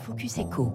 Focus Echo.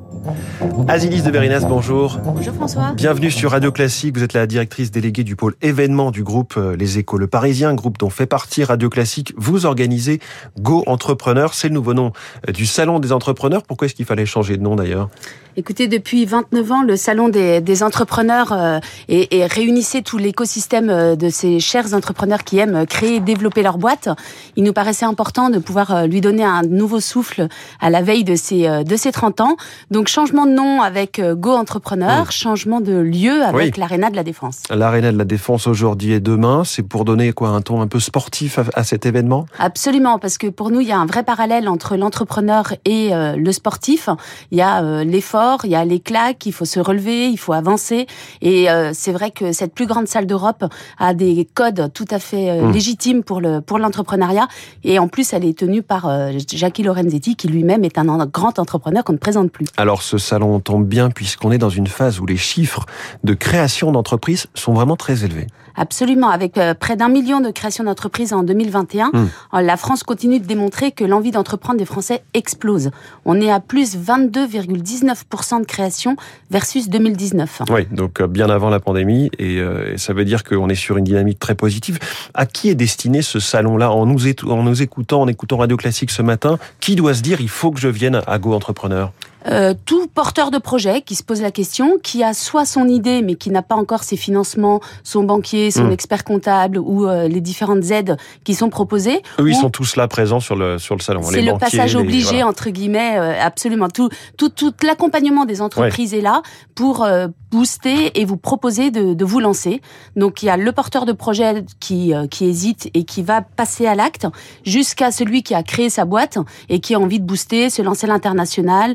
Azilis de Berinas, bonjour. Bonjour François. Bienvenue sur Radio Classique. Vous êtes la directrice déléguée du pôle événements du groupe Les Échos Le Parisien, groupe dont fait partie Radio Classique. Vous organisez Go Entrepreneur. C'est le nouveau nom du Salon des entrepreneurs. Pourquoi est-ce qu'il fallait changer de nom d'ailleurs ? Écoutez, depuis 29 ans, le Salon des entrepreneurs et réunissait tout l'écosystème de ces chers entrepreneurs qui aiment créer et développer leur boîte. Il nous paraissait important de pouvoir lui donner un nouveau souffle à la veille de ses 30 ans. Donc, changement de nom avec Go Entrepreneur, changement de lieu avec l'Arena de la Défense. L'Arena de la Défense aujourd'hui et demain, c'est pour donner un ton un peu sportif à cet événement ? Absolument, parce que pour nous, il y a un vrai parallèle entre l'entrepreneur et le sportif. Il y a l'effort, il y a les claques, il faut se relever, il faut avancer. Et c'est vrai que cette plus grande salle d'Europe a des codes tout à fait légitimes pour l'entrepreneuriat. Et en plus, elle est tenue par Jackie Lorenzetti, qui lui-même est un grand entrepreneur qu'on ne présente plus. Alors ce salon tombe bien puisqu'on est dans une phase où les chiffres de création d'entreprises sont vraiment très élevés. Absolument, avec près d'1 million de créations d'entreprises en 2021, la France continue de démontrer que l'envie d'entreprendre des Français explose. On est à plus 22,19% de création versus 2019. Oui, donc bien avant la pandémie, et ça veut dire qu'on est sur une dynamique très positive. À qui est destiné ce salon-là ? En nous écoutant, en écoutant Radio Classique ce matin, qui doit se dire « il faut que je vienne à Go Entrepreneur » ? Tout porteur de projet qui se pose la question, qui a soit son idée mais qui n'a pas encore ses financements, son banquier, son expert comptable ou les différentes aides qui sont proposées. Eux, ils sont tous là présents sur le salon. C'est le passage obligé, entre guillemets, absolument. Tout l'accompagnement des entreprises est là pour booster et vous proposer de vous lancer. Donc il y a le porteur de projet qui hésite et qui va passer à l'acte, jusqu'à celui qui a créé sa boîte et qui a envie de booster, se lancer à l'international,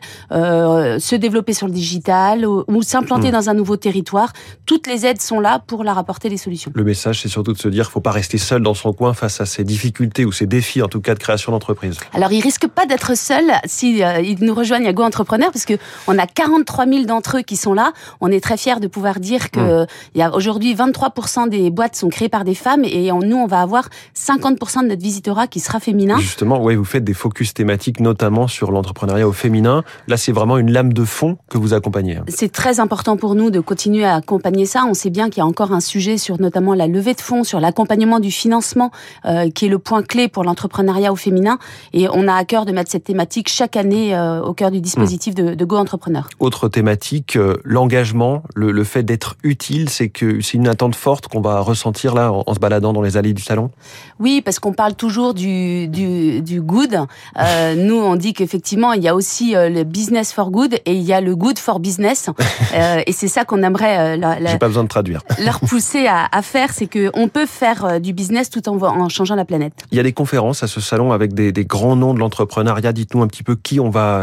se développer sur le digital ou s'implanter dans un nouveau territoire. Toutes les aides sont là pour leur apporter des solutions. Le message, c'est surtout de se dire qu'il ne faut pas rester seul dans son coin face à ces difficultés ou ces défis, en tout cas, de création d'entreprise. Alors, ils risquent pas d'être seuls si ils nous rejoignent à Go Entrepreneur, parce que on a 43 000 d'entre eux qui sont là. On est très fiers de pouvoir dire que il y a aujourd'hui 23% des boîtes sont créées par des femmes et nous, on va avoir 50% de notre visitorat qui sera féminin. Justement, vous faites des focus thématiques, notamment sur l'entrepreneuriat au féminin. Là, c'est vraiment une lame de fond que vous accompagnez. C'est très important pour nous de continuer à accompagner ça. On sait bien qu'il y a encore un sujet sur notamment la levée de fonds, sur l'accompagnement du financement, qui est le point clé pour l'entrepreneuriat au féminin. Et on a à cœur de mettre cette thématique chaque année au cœur du dispositif de Go Entrepreneur. Autre thématique, l'engagement, le fait d'être utile, c'est une attente forte qu'on va ressentir là en se baladant dans les allées du salon. Oui, parce qu'on parle toujours du good. Nous, on dit qu'effectivement, il y a aussi le business for good et il y a le good for business. Et c'est ça qu'on aimerait j'ai pas besoin de traduire. Leur pousser à faire, c'est qu'on peut faire du business tout en changeant la planète. Il y a des conférences à ce salon avec des grands noms de l'entrepreneuriat. Dites-nous un petit peu qui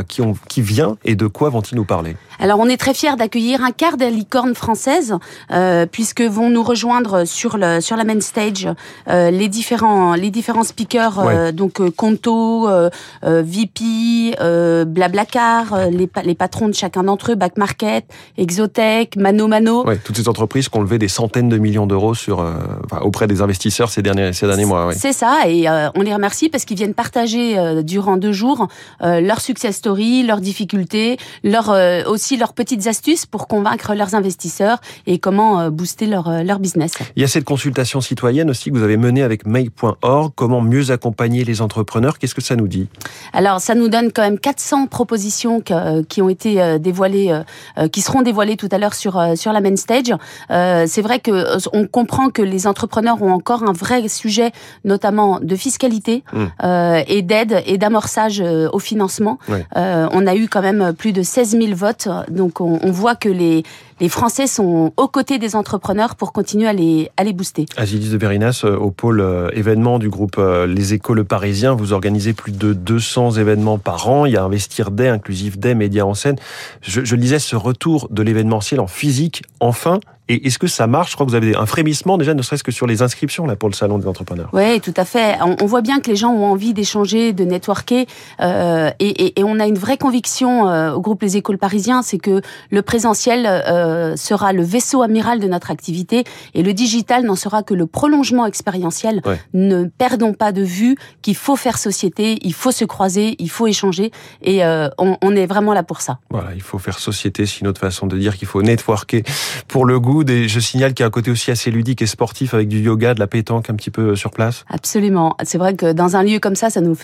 vient et de quoi vont-ils nous parler. Alors, on est très fiers d'accueillir un quart des licornes françaises, puisque vont nous rejoindre sur la main stage les différents speakers, donc Conto, VP, Blablacar, les patrons de chacun d'entre eux, Back Market, Exotech, Mano. Ouais, toutes ces entreprises qui ont levé des centaines de millions d'euros auprès des investisseurs ces derniers mois. Ouais. C'est ça, et on les remercie parce qu'ils viennent partager durant 2 jours leur success story, leurs difficultés, aussi leurs petites astuces pour convaincre leurs investisseurs et comment booster leur business. Il y a cette consultation citoyenne aussi que vous avez menée avec Make.org. Comment mieux accompagner les entrepreneurs ? Qu'est-ce que ça nous dit ? Alors, ça nous donne quand même 400 propositions qui ont été dévoilées, qui seront dévoilées tout à l'heure sur la main stage. C'est vrai que on comprend que les entrepreneurs ont encore un vrai sujet, notamment de fiscalité et d'aide et d'amorçage au financement. On a eu quand même plus de 16 000 votes, donc on voit que les Français sont aux côtés des entrepreneurs pour continuer à les booster. Azilis de Berinas, au pôle événements du groupe Les Échos Le Parisien, vous organisez plus de 200 événements par an. Il y a Investir Day, Inclusif Day, Médias en scène. Je lisais ce retour de l'événementiel en physique. Enfin, Et est-ce que ça marche? Je crois que vous avez un frémissement déjà, ne serait-ce que sur les inscriptions là pour le salon des entrepreneurs. Oui, tout à fait. On voit bien que les gens ont envie d'échanger, de networker, et on a une vraie conviction au groupe Les Échos Parisiens, c'est que le présentiel sera le vaisseau amiral de notre activité et le digital n'en sera que le prolongement expérientiel. Ouais. Ne perdons pas de vue qu'il faut faire société, il faut se croiser, il faut échanger, et on est vraiment là pour ça. Voilà, il faut faire société, c'est une autre façon de dire qu'il faut networker pour le good. Et je signale qu'il y a un côté aussi assez ludique et sportif avec du yoga, de la pétanque un petit peu sur place. Absolument. C'est vrai que dans un lieu comme ça nous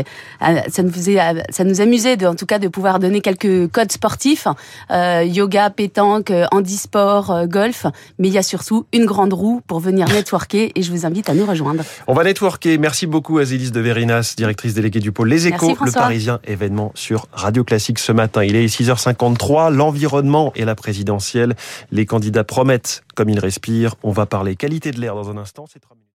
amusait en tout cas de pouvoir donner quelques codes sportifs, yoga, pétanque, handisport, golf, mais il y a surtout une grande roue pour venir networker et je vous invite à nous rejoindre. On va networker. Merci beaucoup Azélis de Verinas, directrice déléguée du pôle Les Échos, le Parisien, événement sur Radio Classique ce matin. Il est 6h53, l'environnement et la présidentielle. Les candidats promettent comme ils respirent. On va parler qualité de l'air dans un instant. C'est 3 minutes.